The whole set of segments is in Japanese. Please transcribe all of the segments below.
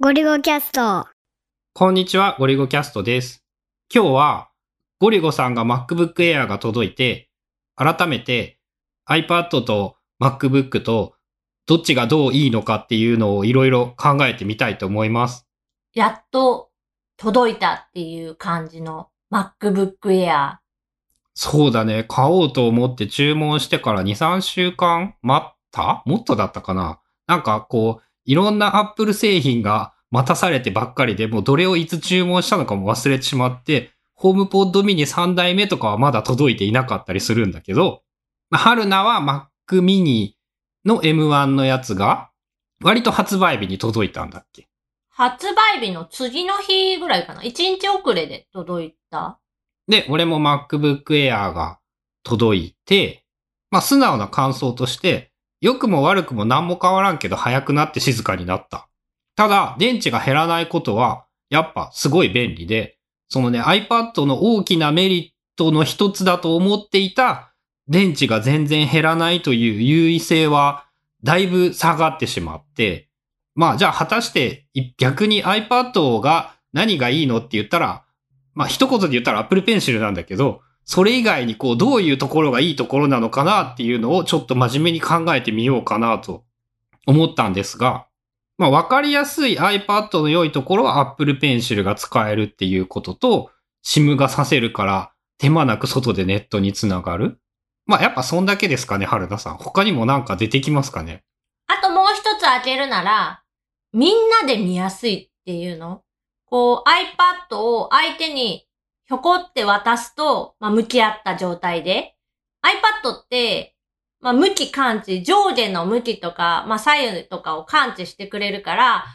ゴリゴキャスト。 こんにちは、ゴリゴキャストです。今日は、ゴリゴさんが MacBook Air が届いて、改めて iPad と MacBook とどっちがどういいのかっていうのをいろいろ考えてみたいと思います。 やっと届いたっていう感じの MacBook Air。 そうだね、買おうと思って注文してから2、3週間待ったもっとだったかな。なんかこう、いろんな Apple 製品が待たされてばっかりで、もうどれをいつ注文したのかも忘れてしまって、ホームポッドミニ3代目とかはまだ届いていなかったりするんだけど、春菜は Mac mini の M1 のやつが、割と発売日に届いたんだっけ？ 発売日の次の日ぐらいかな。1日遅れで届いた。 で、俺も MacBook Air が届いて、素直な感想として、良くも悪くも何も変わらんけど早くなって静かになった。ただ、電池が減らないことは、やっぱすごい便利で、そのね、iPad の大きなメリットの一つだと思っていた、電池が全然減らないという優位性は、だいぶ下がってしまって、じゃあ果たして逆に iPad が何がいいのって言ったら、一言で言ったら Apple Pencil なんだけど、それ以外にどういうところがいいところなのかなっていうのをちょっと真面目に考えてみようかなと思ったんですが、わかりやすい iPad の良いところは Apple Pencil が使えるっていうことと、SIM が挿せるから手間なく外でネットにつながる。やっぱそんだけですかね、春田さん。他にもなんか出てきますかね？ あともう一つ開けるなら、みんなで見やすいっていうの。iPad を相手にひょこって渡すと、向き合った状態で。iPad って、向き感知、上下の向きとか、左右とかを感知してくれるから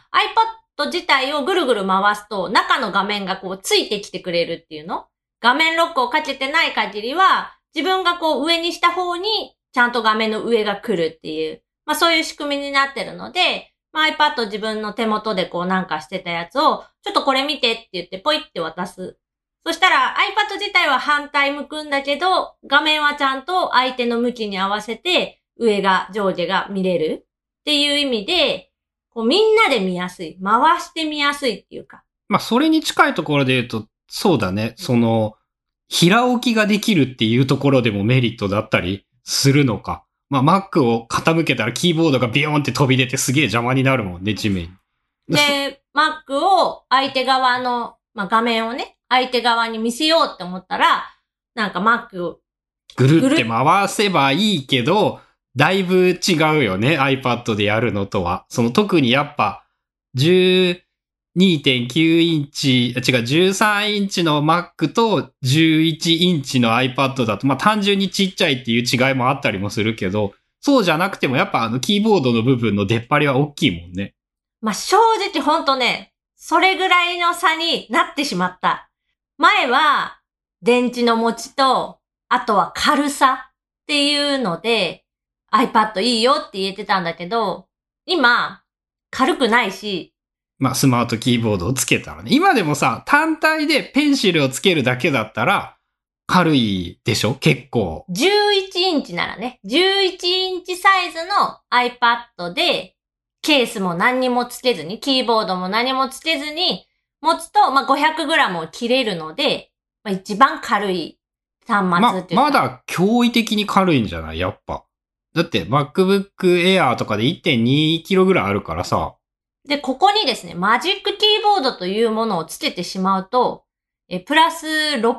、iPad 自体をぐるぐる回すと、中の画面がついてきてくれるっていうの。画面ロックをかけてない限りは、自分が上にした方に、ちゃんと画面の上が来るっていう、そういう仕組みになってるので、iPad 自分の手元でなんかしてたやつを、ちょっとこれ見てって言ってポイって渡す。そしたら iPad 自体は反対向くんだけど、画面はちゃんと相手の向きに合わせて、上が上下が見れるっていう意味で、みんなで見やすい。回して見やすいっていうか。 それに近いところで言うと、そうだね。平置きができるっていうところでもメリットだったりするのか。Mac を傾けたらキーボードがビヨーンって飛び出てすげえ邪魔になるもんね、地面に。 で、Mac を相手側の、画面をね、相手側に見せようって思ったら、なんか Mac をぐるって回せばいいけど、だいぶ違うよね、iPad でやるのとは。特にやっぱ、12.9 インチ、13インチの Mac と11インチの iPad だと、単純にちっちゃいっていう違いもあったりもするけど、そうじゃなくてもやっぱキーボードの部分の出っ張りは大きいもんね。 正直ほんとね、それぐらいの差になってしまった。前は、電池の持ちと、あとは軽さっていうので、iPad いいよって言えてたんだけど、今、軽くないし、 スマートキーボードをつけたらね。今でもさ、単体でペンシルをつけるだけだったら、軽いでしょ？結構。 11インチならね、11インチサイズの iPad で、ケースも何にもつけずに、キーボードも何もつけずに、持つと、500g を切れるので、一番軽い端末っていうか。 まだ驚異的に軽いんじゃない？やっぱ。だって MacBook Air とかで 1.2kg ぐらいあるからさ。 で、ここにですね、マジックキーボードというものをつけてしまうと、プラス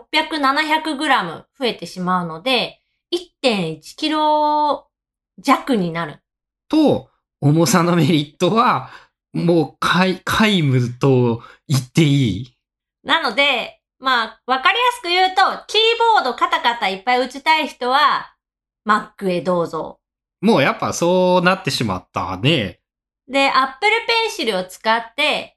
600、700g 増えてしまうので、1.1kg 弱になる。 と、重さのメリットは、もう皆無と言っていい。 なので、わかりやすく言うと、キーボードカタカタいっぱい打ちたい人は、Mac へどうぞ。 もうやっぱそうなってしまったね。 で、Apple Pencil を使って、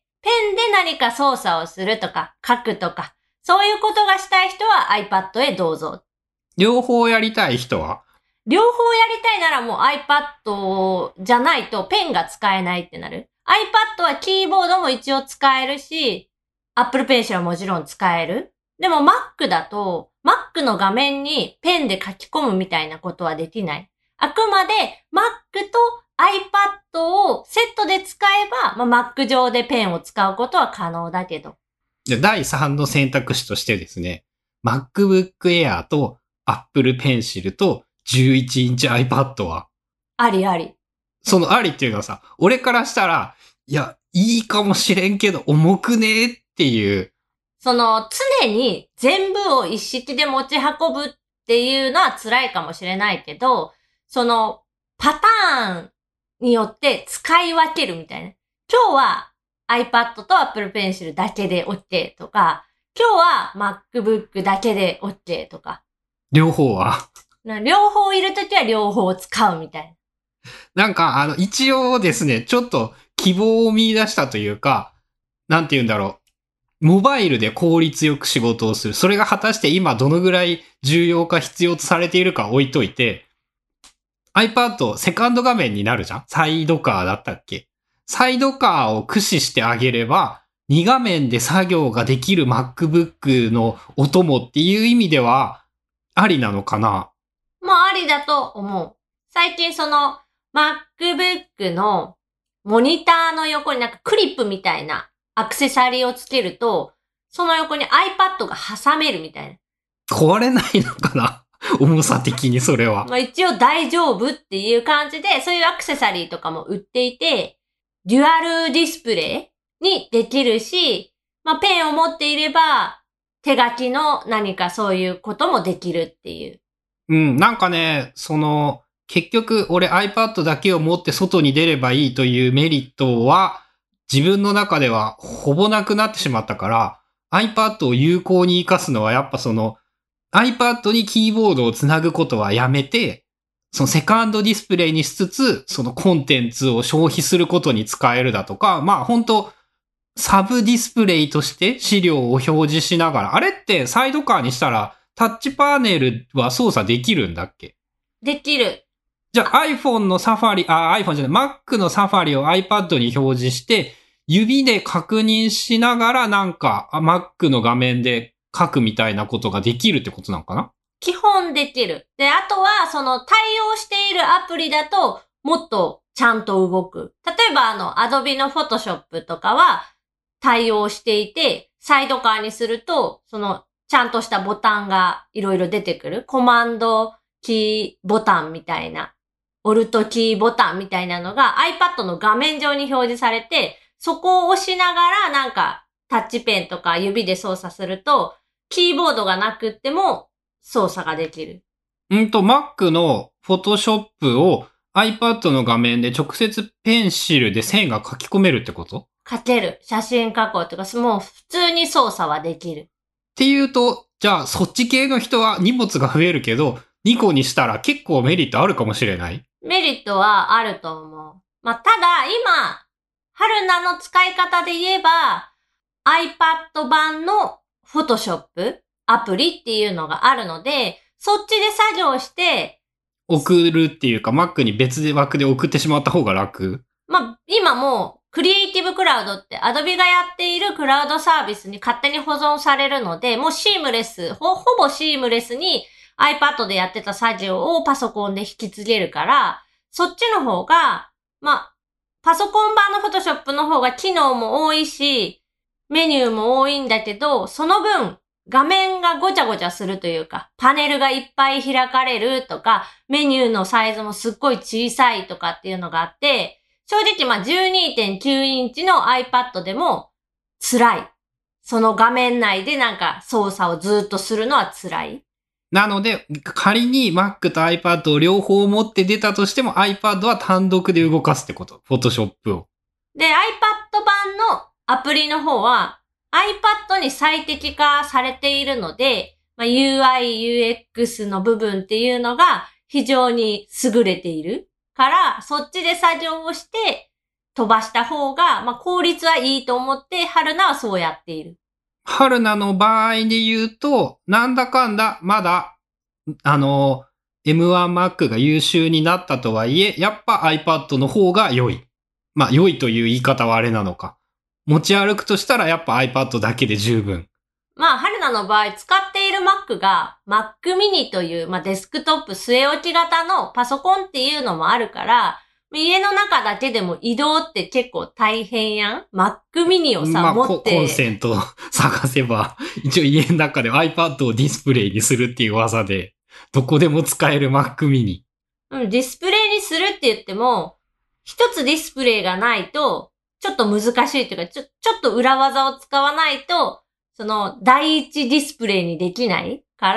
ペンで何か操作をするとか、書くとか、そういうことがしたい人は iPad へどうぞ。 両方やりたい人は？ 両方やりたいならもう iPad じゃないとペンが使えないってなる。iPad はキーボードも一応使えるし、Apple Pencil はもちろん使える。でも Mac だと、Mac の画面にペンで書き込むみたいなことはできない。 あくまで Mac と iPad をセットで使えば、Mac 上でペンを使うことは可能だけど。 で、第3の選択肢としてですね、MacBook Air と Apple Pencil と11インチ iPad は、 ありあり。 そのありっていうのはさ、俺からしたら、いや、いいかもしれんけど、重くねえっていう。 常に全部を一式で持ち運ぶっていうのは辛いかもしれないけど、パターンによって使い分けるみたいな。今日は iPad と Apple Pencil だけで OK とか、今日は MacBook だけで OK とか。 両方は。 両方いるときは両方使うみたいな。なんか、一応ですね、ちょっと希望を見出したというか、なんて言うんだろう。モバイルで効率よく仕事をする。それが果たして今どのぐらい重要か必要とされているか置いといて、iPad セカンド画面になるじゃん？サイドカーだったっけ？サイドカーを駆使してあげれば、2画面で作業ができる MacBook のお供っていう意味では、ありなのかな？ もうありだと思う。最近MacBook のモニターの横になんかクリップみたいなアクセサリーをつけると、その横に iPad が挟めるみたいな。 壊れないのかな？重さ的にそれは。 一応大丈夫っていう感じで、そういうアクセサリーとかも売っていて、デュアルディスプレイにできるし、ペンを持っていれば、手書きの何かそういうこともできるっていう。 うん、なんかね、結局俺 iPad だけを持って外に出ればいいというメリットは、自分の中ではほぼなくなってしまったから、iPad を有効に活かすのはやっぱiPad にキーボードをつなぐことはやめて、セカンドディスプレイにしつつ、コンテンツを消費することに使えるだとか、本当サブディスプレイとして資料を表示しながら、あれってサイドカーにしたらタッチパネルは操作できるんだっけ？ できる。 じゃあ iPhone のサファリ、iPhone じゃない、Mac のサファリを iPad に表示して、指で確認しながらMac の画面で書くみたいなことができるってことなのかな？ 基本できる。で、あとは、対応しているアプリだと、もっとちゃんと動く。例えば、Adobe の Photoshop とかは、対応していて、サイドカーにすると、ちゃんとしたボタンがいろいろ出てくる。コマンドキーボタンみたいな、オルトキーボタンみたいなのが iPad の画面上に表示されて、そこを押しながらタッチペンとか指で操作すると、キーボードがなくっても操作ができる。 Mac の Photoshop を iPad の画面で直接ペンシルで線が書き込めるってこと？ 書ける。写真加工とか、もう普通に操作はできる。 っていうと、じゃあそっち系の人は荷物が増えるけど、2個にしたら結構メリットあるかもしれない？ メリットはあると思う。ただ今、春菜の使い方で言えば、iPad 版の Photoshop アプリっていうのがあるので、そっちで作業して、 送るっていうか Mac に別で枠で送ってしまった方が楽？ 今もう、クリエイティブクラウドって Adobe がやっているクラウドサービスに勝手に保存されるので、もうシームレス、ほぼシームレスに iPad でやってた作業をパソコンで引き継げるから、そっちの方が、パソコン版の Photoshop の方が機能も多いし、メニューも多いんだけど、その分、画面がごちゃごちゃするというか、パネルがいっぱい開かれるとか、メニューのサイズもすっごい小さいとかっていうのがあって、正直12.9 インチの iPad でも辛い。その画面内で操作をずっとするのは辛い。 なので、仮に Mac と iPad を両方持って出たとしても iPad は単独で動かすってこと。Photoshop を。 で、iPad 版のアプリの方は iPad に最適化されているので、UI、UX の部分っていうのが非常に優れているから、そっちで作業をして飛ばした方が、効率はいいと思って春菜はそうやっている。 春菜の場合で言うと、なんだかんだ、まだ、M1Mac が優秀になったとはいえ、やっぱ iPad の方が良い。良いという言い方はあれなのか。持ち歩くとしたらやっぱ iPad だけで十分。 まあ、春菜の場合、使っている Mac が Mac mini という、まあ、デスクトップ据え置き型のパソコンっていうのもあるから、家の中だけでも移動って結構大変やん。Mac mini をさ、 まあ、 持って。 コンセント探せば、一応家の中で iPad をディスプレイにするっていう技で、どこでも使える Mac mini。 うん、ディスプレイにするって言っても、一つディスプレイがないと、ちょっと難しいというか、ちょっと裏技を使わないと、その、第一ディスプレイにできないから、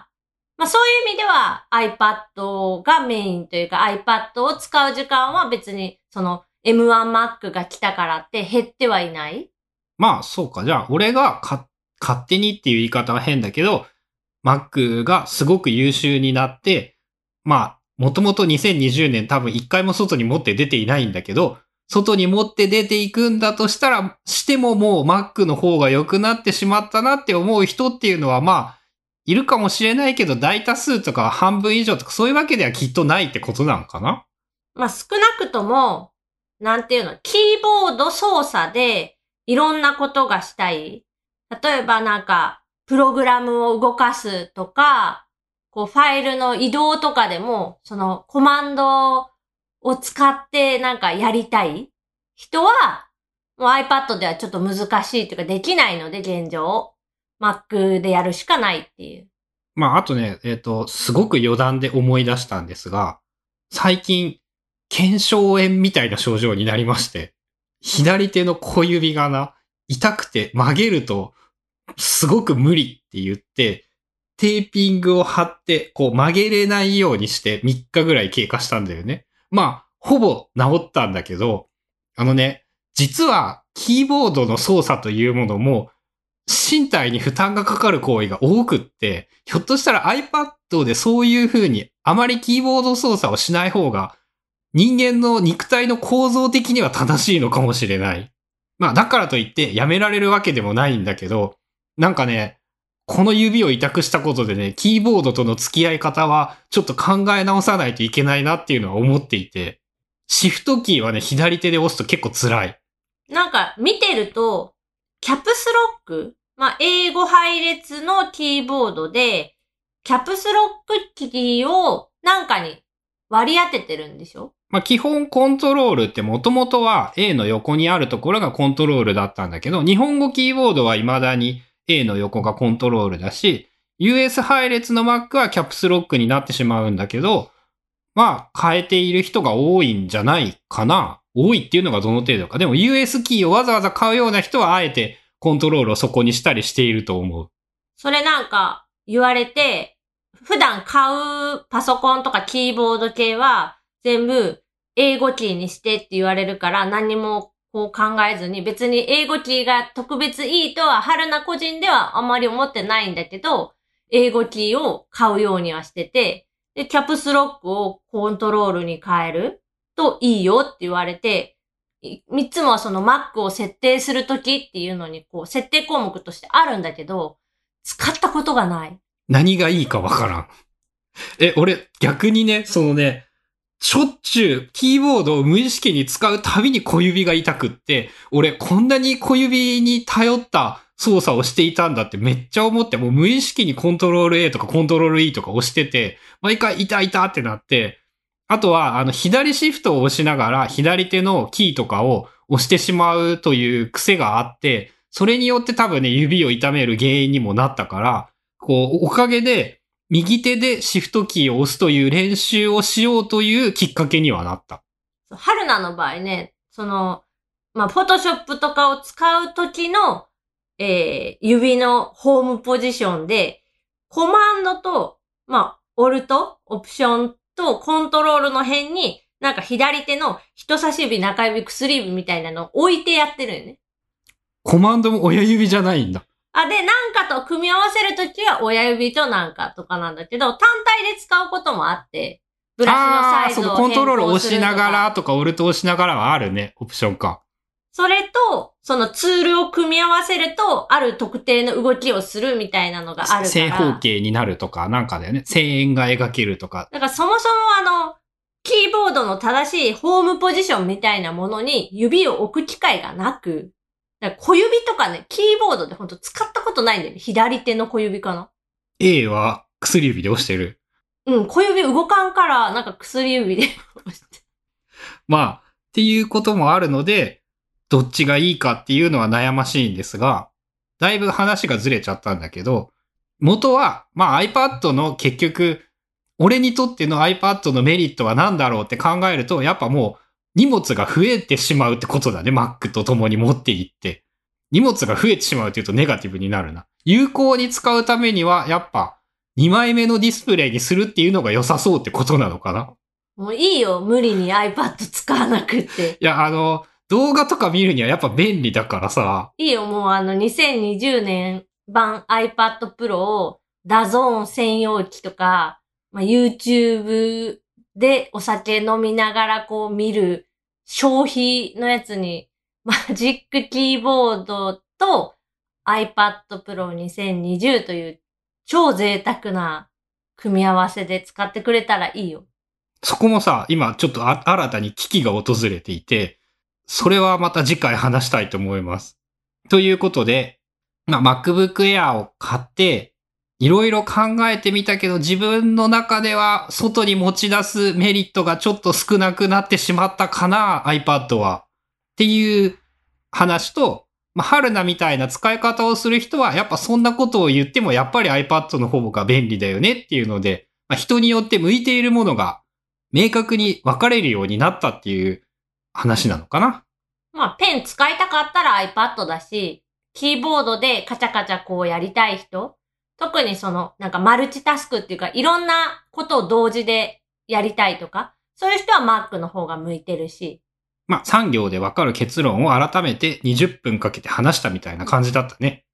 まあそういう意味では iPad がメインというか iPad を使う時間は別にその M1Mac が来たからって減ってはいない。 まあ、そうか。じゃあ、俺が勝手にっていう言い方は変だけど、Mac がすごく優秀になって、まあ、もともと2020年多分一回も外に持って出ていないんだけど、外に持って出ていくんだとしたら、してももう Mac の方が良くなってしまったなって思う人っていうのはまあ、いるかもしれないけど、大多数とか半分以上とかそういうわけではきっとないってことなのかな？ まあ少なくとも、なんていうの、キーボード操作でいろんなことがしたい。例えばなんか、プログラムを動かすとか、こうファイルの移動とかでも、そのコマンドを使ってなんかやりたい人は、もう iPad ではちょっと難しいというかできないので現状。Mac でやるしかないっていう。 まあ、あとね、すごく余談で思い出したんですが、最近、腱鞘炎みたいな症状になりまして、左手の小指がな、痛くて曲げると、すごく無理って言って、テーピングを貼って、こう曲げれないようにして3日ぐらい経過したんだよね。まあ、ほぼ治ったんだけど、実はキーボードの操作というものも、身体に負担がかかる行為が多くって、ひょっとしたら iPad でそういう風にあまりキーボード操作をしない方が人間の肉体の構造的には正しいのかもしれない。まあだからといってやめられるわけでもないんだけど、なんかね、この指を委託したことでね、キーボードとの付き合い方はちょっと考え直さないといけないなっていうのは思っていて、シフトキーはね、左手で押すと結構辛い。 なんか見てると、キャプスロック、まあ、英語配列のキーボードで、キャプスロックキーをなんかに割り当ててるんでしょ？ まあ、基本コントロールってもともとは A の横にあるところがコントロールだったんだけど、日本語キーボードは未だに A の横がコントロールだし、US 配列の Mac はキャプスロックになってしまうんだけど、まあ、変えている人が多いんじゃないかな。多いっていうのがどの程度か。でも US キーをわざわざ買うような人はあえてコントロールをそこにしたりしていると思う。 それなんか言われて、普段買うパソコンとかキーボード系は全部英語キーにしてって言われるから何もこう考えずに別に英語キーが特別いいとは春菜個人ではあんまり思ってないんだけど、英語キーを買うようにはしてて、で、キャプスロックをコントロールに変えるといいよって言われて、三つもその Mac を設定するときっていうのにこう設定項目としてあるんだけど、使ったことがない。 何がいいかわからん。俺逆にね、しょっちゅうキーボードを無意識に使うたびに小指が痛くって、俺こんなに小指に頼った操作をしていたんだってめっちゃ思って、もう無意識にコントロール A とかコントロール E とか押してて、毎回痛いってなって、あとは左シフトを押しながら左手のキーとかを押してしまうという癖があって、それによって多分ね、指を痛める原因にもなったから、おかげで、右手でシフトキーを押すという練習をしようというきっかけにはなった。 春菜の場合ね、フォトショップとかを使う時の、指のホームポジションで、コマンドと、オルト、オプションとコントロールの辺に、なんか左手の人差し指、中指、薬指みたいなのを置いてやってるよね。 コマンドも親指じゃないんだ。 で、なんかと組み合わせるときは親指となんかとかなんだけど、単体で使うこともあって、ブラシのサイズを変更するとか。 コントロール押しながらとかオルト押しながらはあるね、オプションか。 それと、そのツールを組み合わせると、ある特定の動きをするみたいなのがあるから。 正方形になるとか、なんかだよね。線円が描けるとか。 だからそもそもキーボードの正しいホームポジションみたいなものに指を置く機会がなく、だから小指とかね、キーボードでほんと使ったことことないんだよね。左手の小指かな。 A は薬指で押してる。 うん、小指動かんから、なんか薬指で押して。 まあ、っていうこともあるので、どっちがいいかっていうのは悩ましいんですが、だいぶ話がずれちゃったんだけど、元は、まあ iPad の結局、俺にとっての iPad のメリットは何だろうって考えると、やっぱもう荷物が増えてしまうってことだね。Mac と共に持っていって。荷物が増えてしまうっていうとネガティブになるな。有効に使うためには、やっぱ2枚目のディスプレイにするっていうのが良さそうってことなのかな。 もういいよ、無理に iPad 使わなくって。 いや、動画とか見るにはやっぱ便利だからさ。 いいよ、もう2020年版 iPad Pro をダゾーン専用機とか、まあ、YouTube でお酒飲みながらこう見る消費のやつに、マジックキーボードと iPad Pro 2020という超贅沢な組み合わせで使ってくれたらいいよ。 そこもさ、今ちょっと新たに危機が訪れていて、それはまた次回話したいと思います。ということで、まあ、MacBook Air を買って、いろいろ考えてみたけど、自分の中では外に持ち出すメリットがちょっと少なくなってしまったかな、iPad は。っていう話と、まあ、春菜みたいな使い方をする人は、やっぱそんなことを言っても、やっぱり iPad の方が便利だよねっていうので、まあ、人によって向いているものが明確に分かれるようになったっていう話なのかな。 まあ、ペン使いたかったら iPad だし、キーボードでカチャカチャこうやりたい人、特になんかマルチタスクっていうか、いろんなことを同時でやりたいとか、そういう人は Mac の方が向いてるし。 まあ、3行で分かる結論を改めて20分かけて話したみたいな感じだったね。